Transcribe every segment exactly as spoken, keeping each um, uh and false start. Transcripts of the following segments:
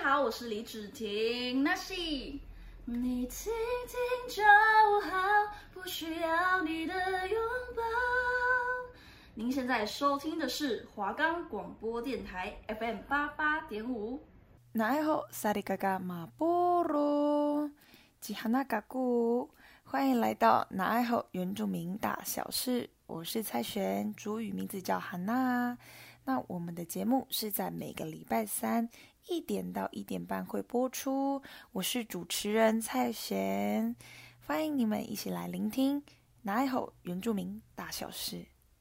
好，我是李芷婷，那是你听听就好，不需要你的拥抱。您现在收听的是华冈广播电台 F M 八八点五。 那爱好萨利嘎嘎马波罗吉哈纳嘎古，欢迎来到那爱好原住民大小事，我是蔡璇，主语名字叫哈娜。那我们的节目是在每个礼拜三一点到一点半会播出，我是主持人蔡璇，欢迎你们一起来聆听那爱好原住民大小事。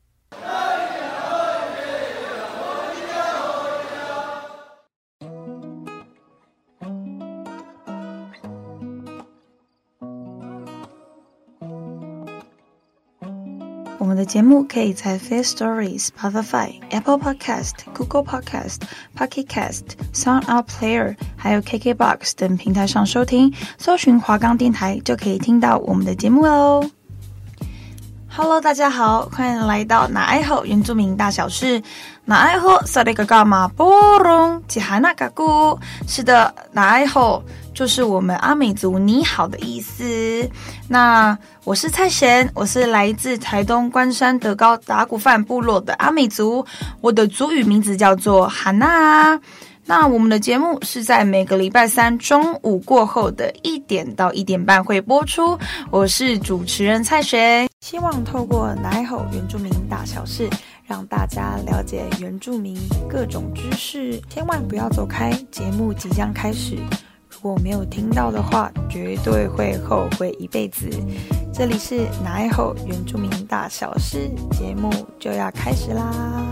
我们的节目可以在 Firstory、Spotify、Apple Podcast、Google Podcast、Pocket Cast、SoundOut Player 还有 K K B O X 等平台上收听，搜寻华冈电台就可以听到我们的节目喽。Hello， 大家好，欢迎来到那爱好原住民大小事。那爱好萨利嘎嘎马波隆吉哈纳嘎古，是的，那爱好就是我们阿美族你好的意思。那我是蔡贤，我是来自台东关山德高达古范部落的阿美族，我的族语名字叫做哈娜。那我们的节目是在每个礼拜三中午过后的一点到一点半会播出，我是主持人蔡璇，希望透过那爱好原住民大小事，让大家了解原住民各种知识，千万不要走开，节目即将开始，如果没有听到的话，绝对会后悔一辈子。这里是那爱好原住民大小事，节目就要开始啦。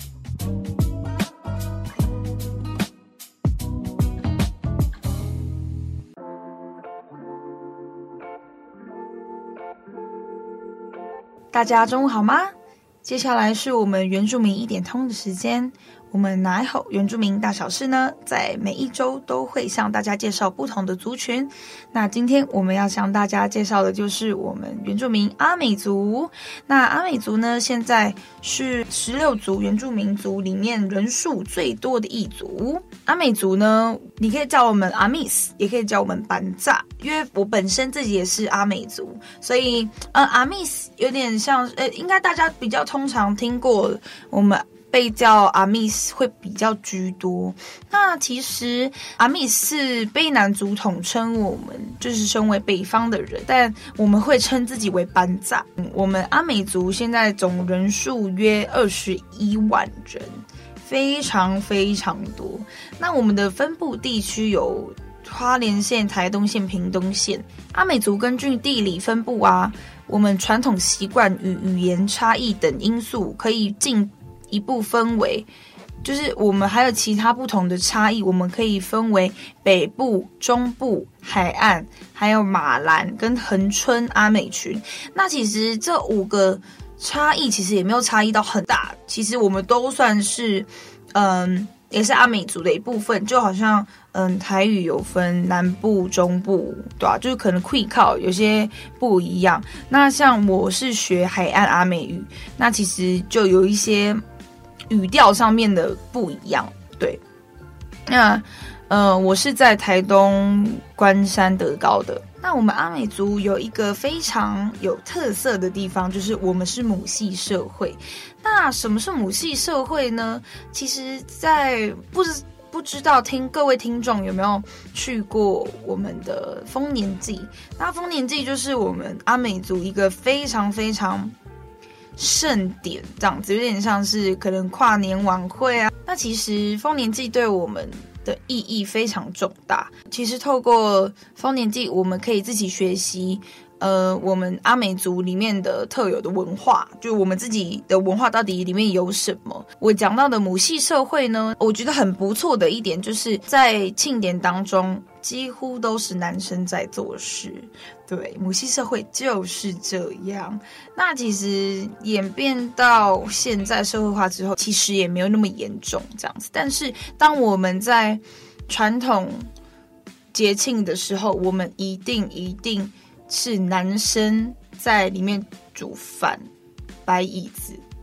大家中午好吗？接下来是我们原住民一点通的时间。我们那爱好原住民大小事呢，在每一周都会向大家介绍不同的族群。那今天我们要向大家介绍的就是我们原住民阿美族。那阿美族呢，现在是十六族原住民族里面人数最多的一族。阿美族呢，你可以叫我们阿密斯，也可以叫我们班扎，因为我本身自己也是阿美族，所以呃，阿密斯有点像，呃，应该大家比较通常听过我们被叫阿密斯会比较居多。那其实阿密斯是卑南族统称，我们就是身为北方的人，但我们会称自己为班扎。我们阿美族现在总人数约二十一万人，非常非常多。那我们的分布地区有花莲县、台东县、屏东县。阿美族根据地理分布啊，我们传统习惯与语言差异等因素，可以进一步分为，就是我们还有其他不同的差异，我们可以分为北部、中部、海岸，还有马兰跟恒春阿美群。那其实这五个差异其实也没有差异到很大，其实我们都算是嗯，也是阿美族的一部分，就好像嗯，台语有分南部、中部，对吧、啊？就是可能会靠有些不一样。那像我是学海岸阿美语，那其实就有一些语调上面的不一样，对。那呃，我是在台东关山德高的。那我们阿美族有一个非常有特色的地方，就是我们是母系社会。那什么是母系社会呢？其实在不知不知道听各位听众有没有去过我们的丰年祭？那丰年祭就是我们阿美族一个非常非常盛典，这样子有点像是可能跨年晚会啊。那其实丰年祭对我们的意义非常重大。其实透过丰年祭，我们可以自己学习呃，我们阿美族里面的特有的文化，就我们自己的文化到底里面有什么。我讲到的母系社会呢，我觉得很不错的一点就是在庆典当中几乎都是男生在做事，对，母系社会就是这样。那其实演变到现在社会化之后，其实也没有那么严重这样子。但是当我们在传统节庆的时候，我们一定一定是男生在里面煮饭、摆椅子、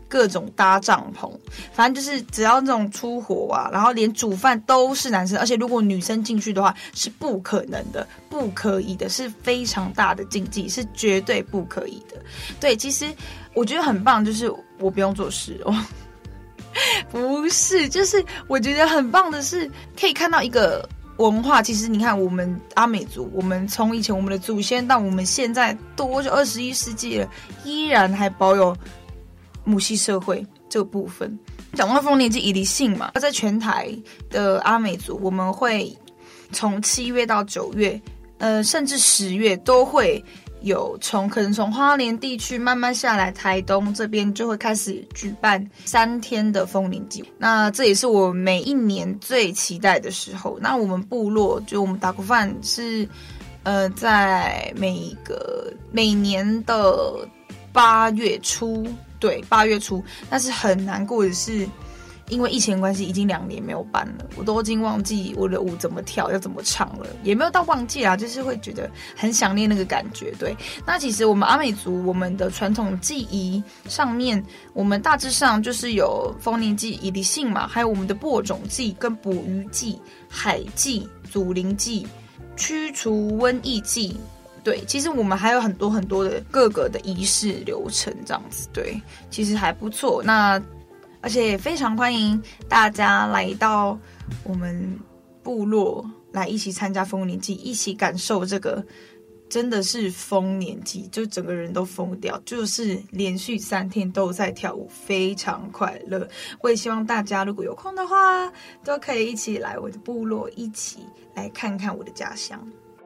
各种搭帐篷，反正就是只要那种出活啊，然后连煮饭都是男生，而且如果女生进去的话是不可能的，不可以的，是非常大的禁忌，是绝对不可以的。对，其实我觉得很棒，就是我不用做事哦。不是，就是我觉得很棒的是可以看到一个文化。其实你看我们阿美族，我们从以前我们的祖先到我们现在多久二十一世纪了，依然还保有母系社会这个部分。讲到丰年祭以离性嘛，在全台的阿美族，我们会从七月到九月，呃，甚至十月都会有从可能从花莲地区慢慢下来，台东这边就会开始举办三天的丰年祭。那这也是我每一年最期待的时候。那我们部落就我们打鼓饭是呃在每个每年的八月初，对，八月初。但是很难过的是，因为疫情关系，已经两年没有办了，我都已经忘记我的舞怎么跳，要怎么唱了，也没有到忘记啦，就是会觉得很想念那个感觉。对，那其实我们阿美族，我们的传统祭仪上面，我们大致上就是有丰年祭、以离性嘛，还有我们的播种祭、跟捕鱼祭、海祭、祖灵祭、驱除瘟疫祭。对，其实我们还有很多很多的各个的仪式流程这样子，对，其实还不错。那而且也非常欢迎大家来到我们部落来一起参加丰年祭，一起感受这个真的是丰年祭，就整个人都疯掉，就是连续三天都在跳舞，非常快乐。我也希望大家如果有空的话，都可以一起来我的部落，一起来看看我的家乡。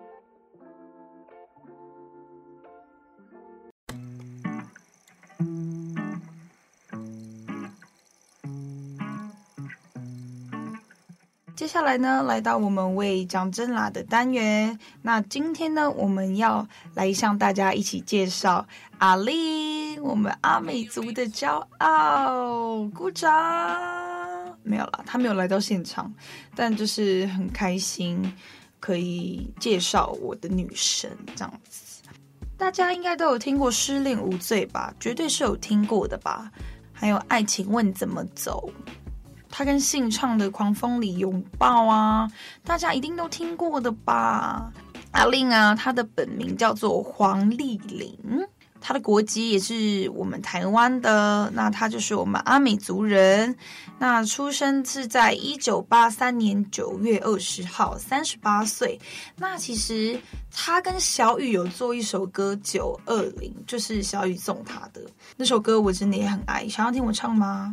接下来呢，来到我们为讲真啦的单元。那今天呢，我们要来向大家一起介绍阿令，我们阿美族的骄傲，鼓掌！没有啦，他没有来到现场，但就是很开心可以介绍我的女神这样子。大家应该都有听过《失恋无罪》吧？绝对是有听过的吧？还有《爱情问怎么走》。他跟信唱的《狂风里拥抱》啊，大家一定都听过的吧？阿令啊，他的本名叫做黄丽玲，他的国籍也是我们台湾的，那他就是我们阿美族人。那出生是在一九八三年九月二十号，三十八岁。那其实他跟小雨有做一首歌《九二零》，就是小雨送他的那首歌，我真的也很爱。想要听我唱吗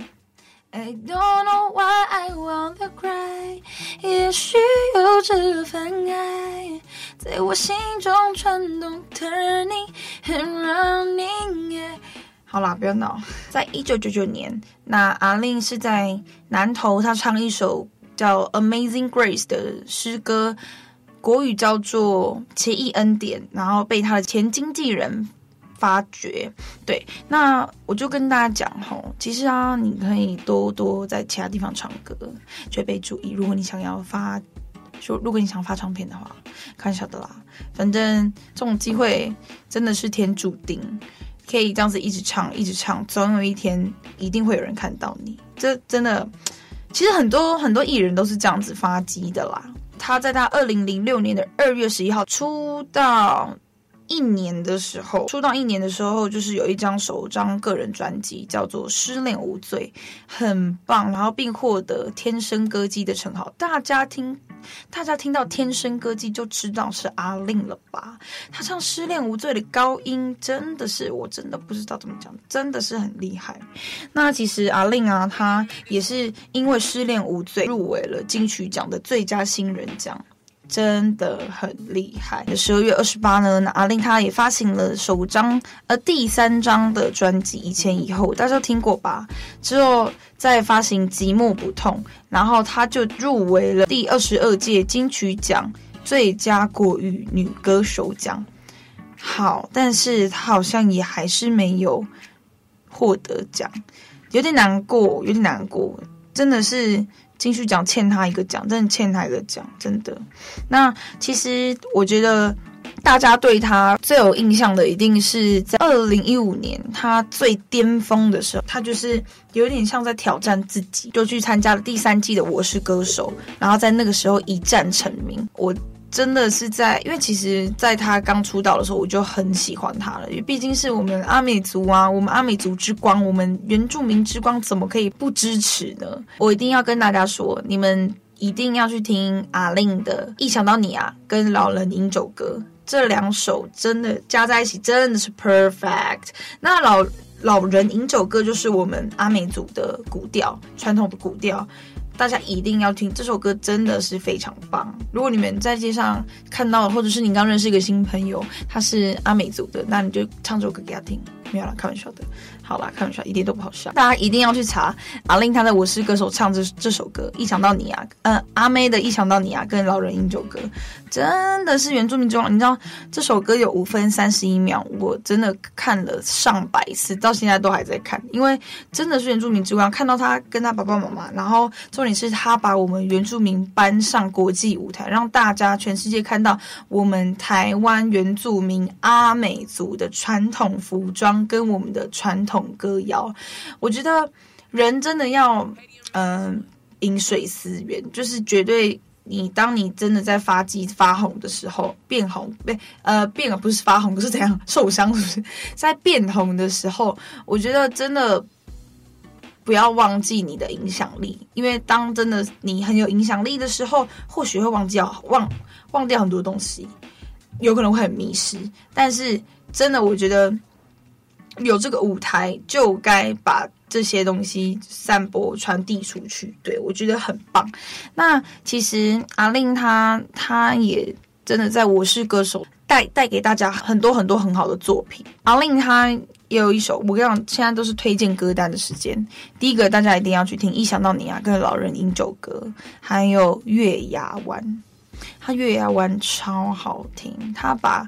？I don't know why I wanna cry， 也许有这份爱在我心中传动 ，turning and running。好啦，不要闹。在一九九九年，那阿令是在南投，他唱一首叫《Amazing Grace》的诗歌，国语叫做《奇异恩典》，然后被他的前经纪人发掘。对，那我就跟大家讲吼，其实啊，你可以多多在其他地方唱歌，就会被注意。如果你想要发，说如果你想发唱片的话，看晓得啦。反正这种机会真的是天注定，可以这样子一直唱，一直唱，总有一天一定会有人看到你。这真的，其实很多很多艺人都是这样子发迹的啦。他在他二零零六年的二月十一号出道。一年的时候，出道一年的时候，就是有一张首张个人专辑叫做《失恋无罪》，很棒，然后并获得天生歌姬的称号。大家听，大家听到天生歌姬就知道是阿令了吧？他唱《失恋无罪》的高音真的是，我真的不知道怎么讲，真的是很厉害。那其实阿令啊，他也是因为《失恋无罪》入围了金曲奖的最佳新人奖。真的很厉害。十二月二十八呢，阿令他也发行了首张呃第三张的专辑《以前以后》，大家都听过吧？之后再发行《寂寞不痛》，然后他就入围了第二十二届金曲奖最佳国语女歌手奖。好，但是他好像也还是没有获得奖，有点难过，有点难过，真的是。金曲奖欠他一个奖，真的欠他一个奖，真的。那其实我觉得大家对他最有印象的一定是在二零一五年他最巅峰的时候，他就是有点像在挑战自己，就去参加了第三季的我是歌手，然后在那个时候一战成名。我真的是在，因为其实在他刚出道的时候我就很喜欢他了，因为毕竟是我们阿美族啊，我们阿美族之光，我们原住民之光，怎么可以不支持呢？我一定要跟大家说，你们一定要去听阿令的《一想到你啊》跟老人饮酒歌，这两首真的加在一起真的是 perfect。 那老老人饮酒歌就是我们阿美族的古调，传统的古调，大家一定要听，这首歌真的是非常棒。如果你们在街上看到，或者是你刚认识一个新朋友，他是阿美族的，那你就唱这首歌给他听。没有啦，开玩笑的。好啦，开玩笑，一点都不好笑。大家一定要去查阿令他在我是歌手唱这这首歌，一想到你啊，呃，阿妹的一想到你啊，跟老人饮酒歌，真的是原住民之王。你知道这首歌有五分三十一秒，我真的看了上百次，到现在都还在看，因为真的是原住民之王。看到他跟他爸爸妈妈，然后重点是他把我们原住民搬上国际舞台，让大家全世界看到我们台湾原住民阿美族的传统服装跟我们的传统歌谣。我觉得人真的要嗯、呃、饮水思源，就是绝对你当你真的在发迹发红的时候，变红不呃变不是发红，可是怎样受伤是不是？在变红的时候，我觉得真的不要忘记你的影响力，因为当真的你很有影响力的时候，或许会忘记忘忘掉很多东西，有可能会很迷失。但是真的，我觉得有这个舞台就该把这些东西散播传递出去，对，我觉得很棒。那其实阿令他他也真的在我是歌手带带给大家很多很多很好的作品。阿令他也有一首，我跟你讲，现在都是推荐歌单的时间。第一个大家一定要去听《一想到你啊》跟老人饮酒歌，还有月牙湾。他月牙湾超好听，他把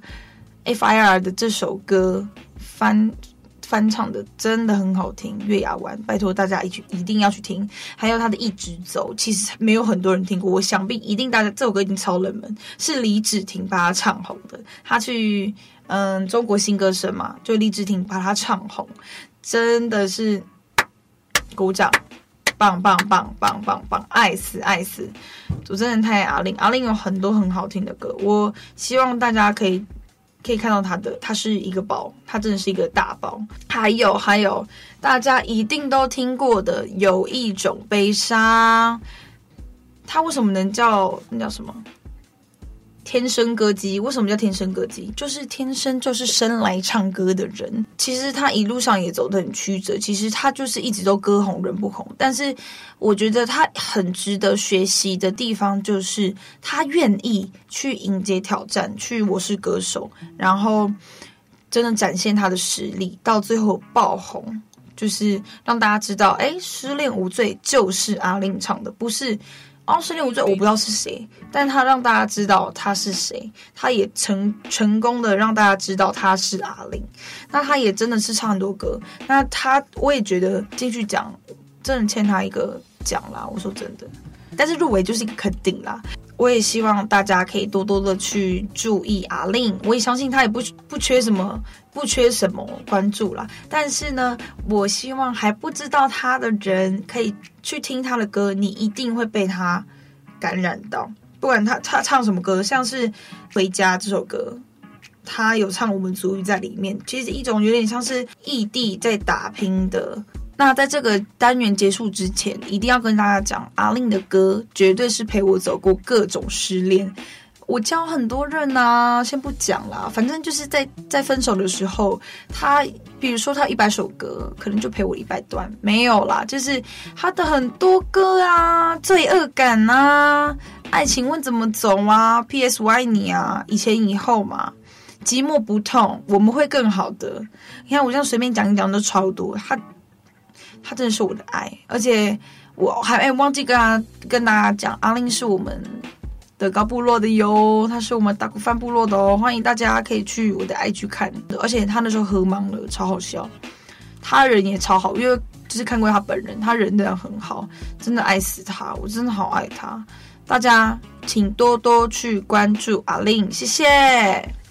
F I R 的这首歌翻翻唱的真的很好听，月牙湾，拜托大家一去一定要去听。还有他的一直走，其实没有很多人听过，我想必一定大家这首歌已经超冷门，是李芷婷把他唱红的。他去嗯中国新歌声嘛，就李芷婷把他唱红，真的是鼓掌，棒棒棒棒棒棒，爱死爱死！我真的太爱阿令，阿令有很多很好听的歌，我希望大家可以。可以看到他的，他是一个宝，他真的是一个大宝。还有还有，大家一定都听过的，有一种悲伤，他为什么能叫那叫什么？天生歌姬。为什么叫天生歌姬？就是天生就是生来唱歌的人。其实他一路上也走得很曲折，其实他就是一直都歌红人不红。但是我觉得他很值得学习的地方，就是他愿意去迎接挑战，去我是歌手，然后真的展现他的实力，到最后爆红，就是让大家知道，哎，失恋无罪就是阿令唱的，不是。哦，失恋无罪，我不知道是谁，但他让大家知道他是谁，他也成成功的让大家知道他是阿令。那他也真的是唱很多歌，那他我也觉得金曲奖真的欠他一个奖啦，我说真的。但是入围就是一个肯定啦。我也希望大家可以多多的去注意阿令，我也相信他也不不缺什么不缺什么关注啦。但是呢，我希望还不知道他的人可以去听他的歌，你一定会被他感染到。不管他他唱什么歌，像是《回家》这首歌，他有唱我们族语在里面，其实一种有点像是异地在打拼的。那在这个单元结束之前，一定要跟大家讲，阿令的歌绝对是陪我走过各种失恋。我教很多人啊，先不讲啦，反正就是在在分手的时候，他比如说他一百首歌，可能就陪我一百段，没有啦，就是他的很多歌啊，罪恶感啊，爱情问怎么走啊 ，P S 我爱你啊，以前以后嘛，寂寞不痛，我们会更好的。你看我这样随便讲一讲都超多，他。他真的是我的爱，而且我还哎忘记跟他跟大家讲，阿令是我们的高部落的哟，他是我们大古番部落的哦，欢迎大家可以去我的 I G 看，而且他那时候喝懵了，超好笑，他人也超好，因为就是看过他本人，他人真的很好，真的爱死他，我真的好爱他，大家请多多去关注阿令，谢谢。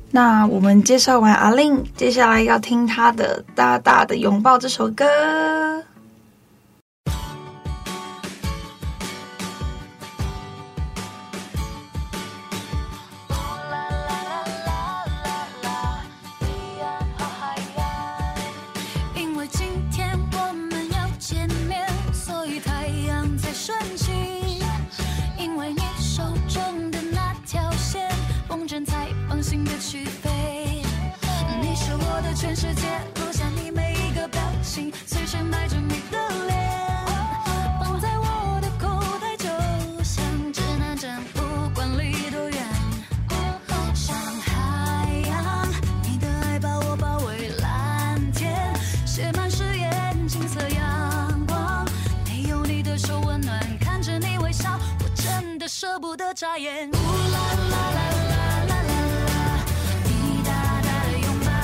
那我们介绍完阿令，接下来要听她的《大大的拥抱》这首歌。 全世界录下你每一个表情，随身带着你的脸，放在我的口袋，就像指南针，不管离多远。像海洋，你的爱把我包围，蓝天写满誓言，金色阳光，没有你的手温暖，看着你微笑，我真的舍不得眨眼。呜啦啦啦啦啦啦啦，你大大的拥抱。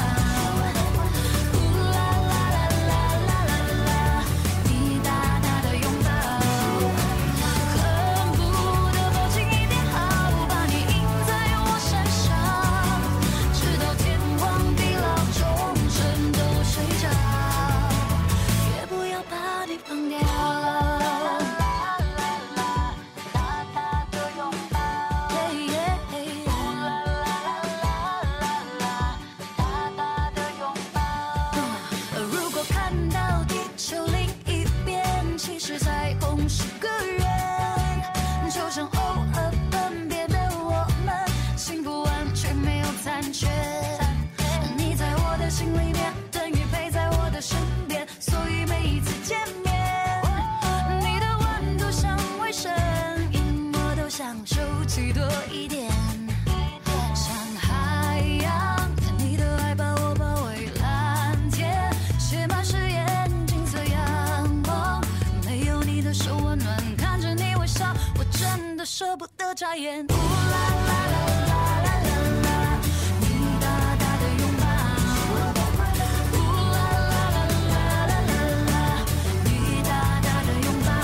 舍不得眨眼。呜啦啦啦啦啦啦啦，你大大的拥抱。呜啦啦啦啦啦啦啦，你大大的拥抱。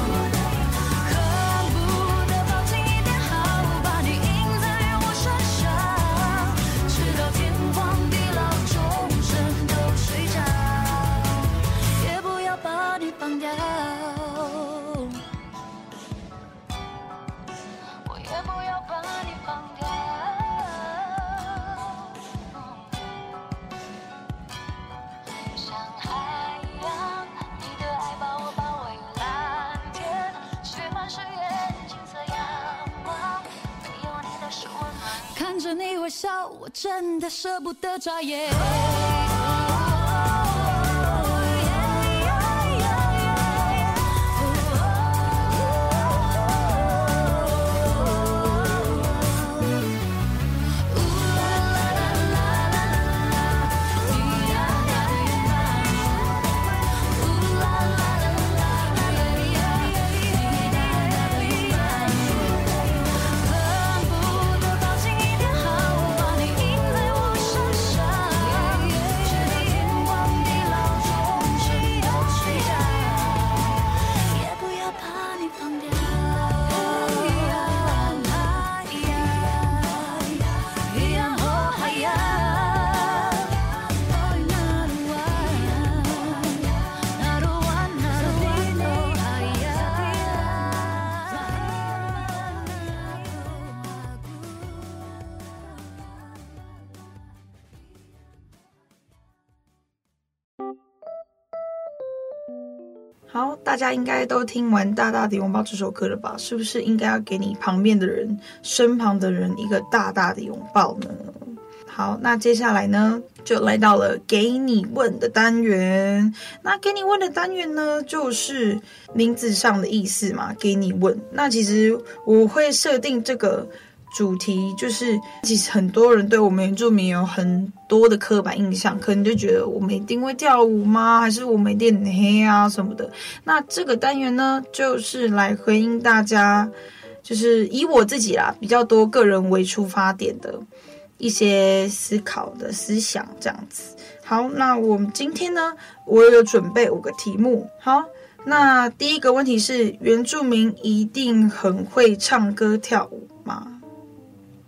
恨不得抱紧一点好，把你印在我身上，直到天荒地老，终身都睡着，也不要把你放掉。也不要把你放掉，像海洋，你的爱把我包围，蓝天写满誓言，金色阳光，没有你的手温暖，看着你微笑，我真的舍不得眨眼。 好，大家应该都听完《大大的拥抱》这首歌了吧？是不是应该要给你旁边的人、身旁的人一个大大的拥抱呢？好，那接下来呢，就来到了给你问的单元。那给你问的单元呢，就是名字上的意思嘛，给你问。那其实我会设定这个主题，就是其实很多人对我们原住民有很多的刻板印象，可能就觉得我们一定会跳舞吗？还是我们一定很黑啊什么的。那这个单元呢，就是来回应大家，就是以我自己啦，比较多个人为出发点的一些思考的思想这样子。好，那我们今天呢，我有准备五个题目。好，那第一个问题是，原住民一定很会唱歌跳舞吗？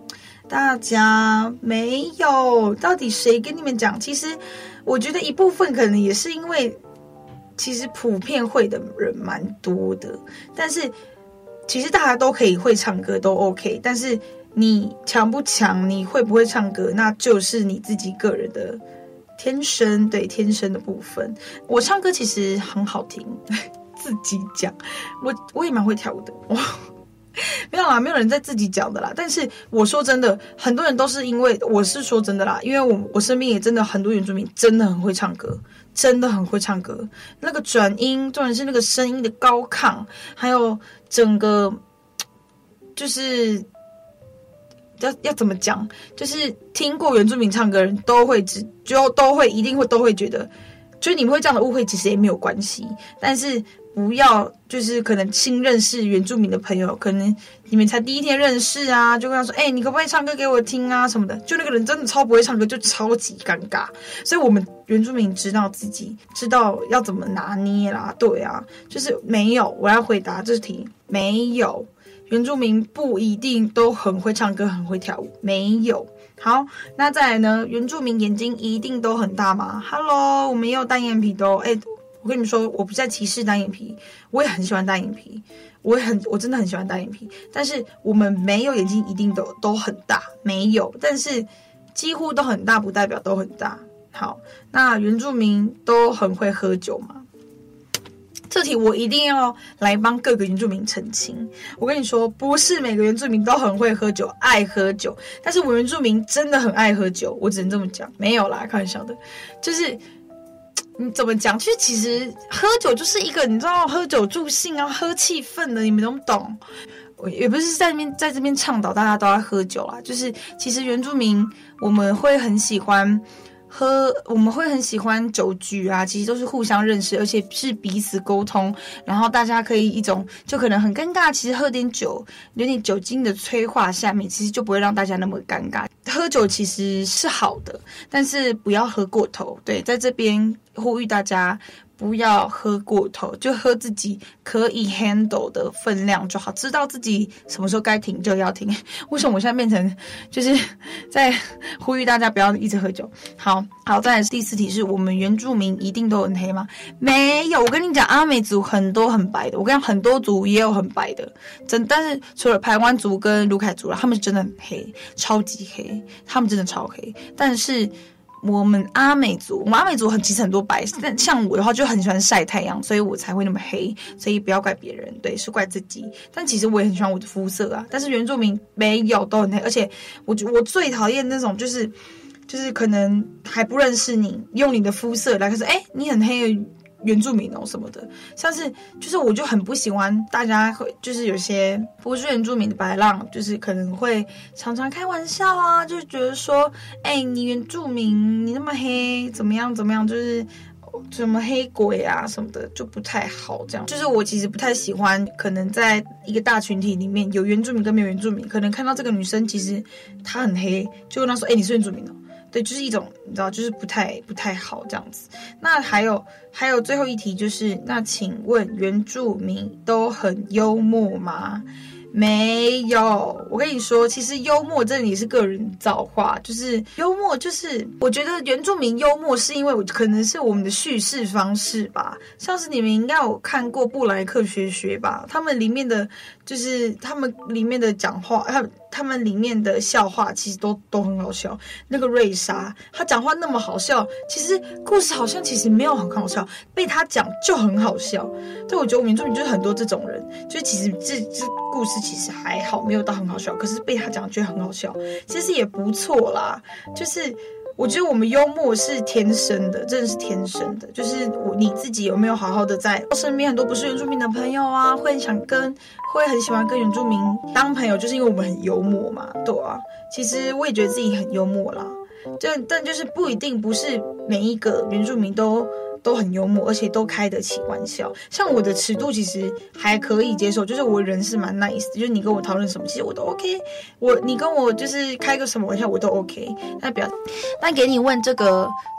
大家没有，到底谁跟你们讲？其实我觉得一部分可能也是因为其实普遍会的人蛮多的，但是其实大家都可以会唱歌都 OK， 但是你强不强，你会不会唱歌，那就是你自己个人的天生，对，天生的部分。我唱歌其实很好听，自己讲，我我也蛮会跳舞的，哇。没有啦，没有人在自己讲的啦。但是我说真的，很多人都是因为我是说真的啦，因为我我身边也真的很多原住民真的很会唱歌，真的很会唱歌。那个转音，重点是那个声音的高亢，还有整个就是要要怎么讲，就是听过原住民唱歌的人都会只就都会一定会都会觉得，就是你们会这样的误会，其实也没有关系，但是。不要就是可能新认识原住民的朋友，可能你们才第一天认识啊，就跟他说，哎、欸，你可不可以唱歌给我听啊什么的？就那个人真的超不会唱歌，就超级尴尬。所以我们原住民知道自己知道要怎么拿捏啦，对啊，就是没有。我要回答这题，没有原住民不一定都很会唱歌，很会跳舞，没有。好，那再来呢？原住民眼睛一定都很大吗 ？Hello， 我们也有单眼皮的哦，哎。我跟你们说，我不在歧视单眼皮，我也很喜欢单眼皮，我也很，我真的很喜欢单眼皮。但是我们没有眼睛一定都都很大，没有，但是几乎都很大，不代表都很大。好，那原住民都很会喝酒吗？这题我一定要来帮各个原住民澄清。我跟你说，不是每个原住民都很会喝酒，爱喝酒，但是我原住民真的很爱喝酒，我只能这么讲，没有啦，开玩笑的，就是。你怎么讲？其实其实喝酒就是一个你知道喝酒助兴啊，喝气氛的，你们懂不懂？我也不是在那边在这边倡导大家都要喝酒啦，就是其实原住民我们会很喜欢喝，我们会很喜欢酒局啊，其实都是互相认识，而且是彼此沟通，然后大家可以一种就可能很尴尬，其实喝点酒，有点酒精的催化下面，其实就不会让大家那么尴尬。喝酒其实是好的，但是不要喝过头。对，在这边呼吁大家不要喝过头，就喝自己可以 handle 的分量就好，知道自己什么时候该停就要停。为什么我现在变成就是在呼吁大家不要一直喝酒？好好，再来第四题是我们原住民一定都很黑吗？没有，我跟你讲，阿美族很多很白的，我跟你讲很多族也有很白的，真但是除了排湾族跟卢凯族啦，他们是真的很黑，超级黑，他们真的超黑，但是。我们阿美族，我们阿美族很其实很多白，但像我的话就很喜欢晒太阳，所以我才会那么黑，所以不要怪别人，对，是怪自己。但其实我也很喜欢我的肤色啊，但是原住民没有都很黑，而且我我最讨厌那种就是就是可能还不认识你，用你的肤色来说，哎，你很黑的原住民哦什么的，像是就是我就很不喜欢大家会就是有些不是原住民的白浪，就是可能会常常开玩笑啊，就觉得说，哎、欸，你原住民你那么黑，怎么样怎么样，就是什么黑鬼啊什么的，就不太好。这样就是我其实不太喜欢，可能在一个大群体里面有原住民跟没有原住民，可能看到这个女生其实她很黑，就跟她说，哎、欸，你是原住民哦。对，就是一种你知道，就是不太不太好这样子。那还有还有最后一题就是，那请问原住民都很幽默吗？没有，我跟你说，其实幽默这里是个人造化，就是幽默，就是我觉得原住民幽默是因为我可能是我们的叙事方式吧，像是你们应该有看过布莱克学学吧，他们里面的就是他们里面的讲话，他们他们里面的笑话其实都都很好笑。那个瑞莎，她讲话那么好笑，其实故事好像其实没有很好笑，被她讲就很好笑。对，我觉得我们原住民就是很多这种人，就是其实这这故事其实还好，没有到很好笑，可是被他讲觉得很好笑，其实也不错啦。就是我觉得我们幽默是天生的，真的是天生的。就是我你自己有没有好好的在身边很多不是原住民的朋友啊，会想跟会很喜欢跟原住民当朋友，就是因为我们很幽默嘛，对啊。其实我也觉得自己很幽默啦，但但就是不一定不是每一个原住民都。都很幽默，而且都开得起玩笑。像我的尺度其实还可以接受，就是我人是蛮 nice 的，就是你跟我讨论什么，其实我都 OK。我你跟我就是开个什么玩笑，我都 OK。那表，那给你问这个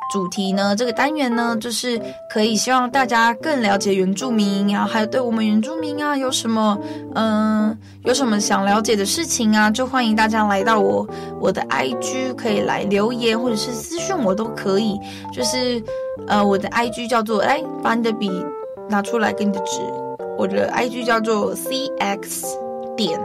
主题呢，这个单元呢，就是可以希望大家更了解原住民，然后还有对我们原住民啊有什么嗯、呃、有什么想了解的事情啊，就欢迎大家来到我我的 I G 可以来留言或者是私讯我都可以，就是呃我的 I G 叫做来把你的笔拿出来跟你的纸，我的 I G 叫做 C X 点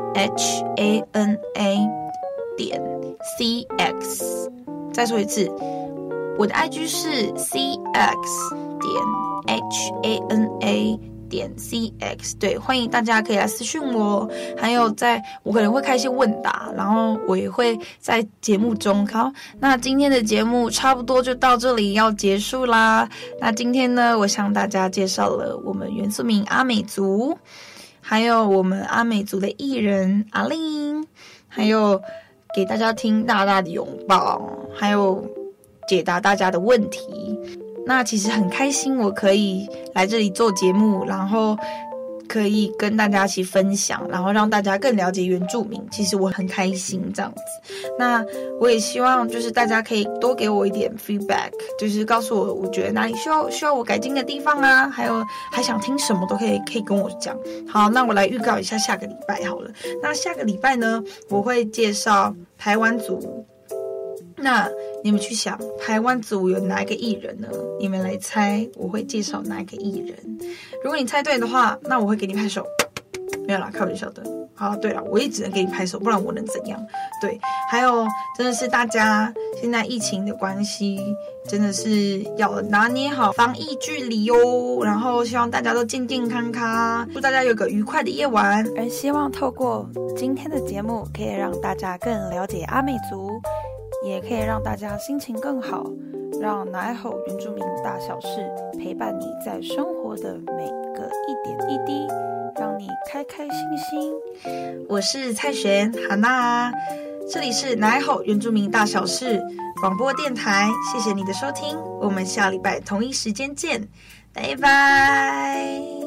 H A N A 点 C X， 再说一次，我的 I G 是 C X 点 H A N A 点 C X， 对，欢迎大家可以来私讯我，还有在我可能会开一些问答，然后我也会在节目中。好，那今天的节目差不多就到这里要结束啦。那今天呢，我向大家介绍了我们原住民阿美族，还有我们阿美族的艺人阿令，还有给大家听大大的拥抱，还有解答大家的问题。那其实很开心我可以来这里做节目，然后可以跟大家一起分享，然后让大家更了解原住民，其实我很开心这样子。那我也希望就是大家可以多给我一点 feedback， 就是告诉我我觉得哪里需要需要我改进的地方啊，还有还想听什么都可以可以跟我讲。好，那我来预告一下下个礼拜好了。那下个礼拜呢，我会介绍台湾族。那你们去想台湾族有哪一个艺人呢？你们来猜我会介绍哪一个艺人。如果你猜对的话，那我会给你拍手。没有啦，开玩笑的。好，对了，我也只能给你拍手，不然我能怎样？对，还有真的是大家现在疫情的关系，真的是要拿捏好防疫距离哦。然后希望大家都健健康康，祝大家有个愉快的夜晚。 而希望透过今天的节目，可以让大家更了解阿美族，也可以让大家心情更好，让奶吼原住民大小事陪伴你在生活的每个一点一滴，让你开开心心。 我是蔡璇哈娜，这里是奶吼原住民大小事广播电台，谢谢你的收听，我们下礼拜同一时间见，拜拜。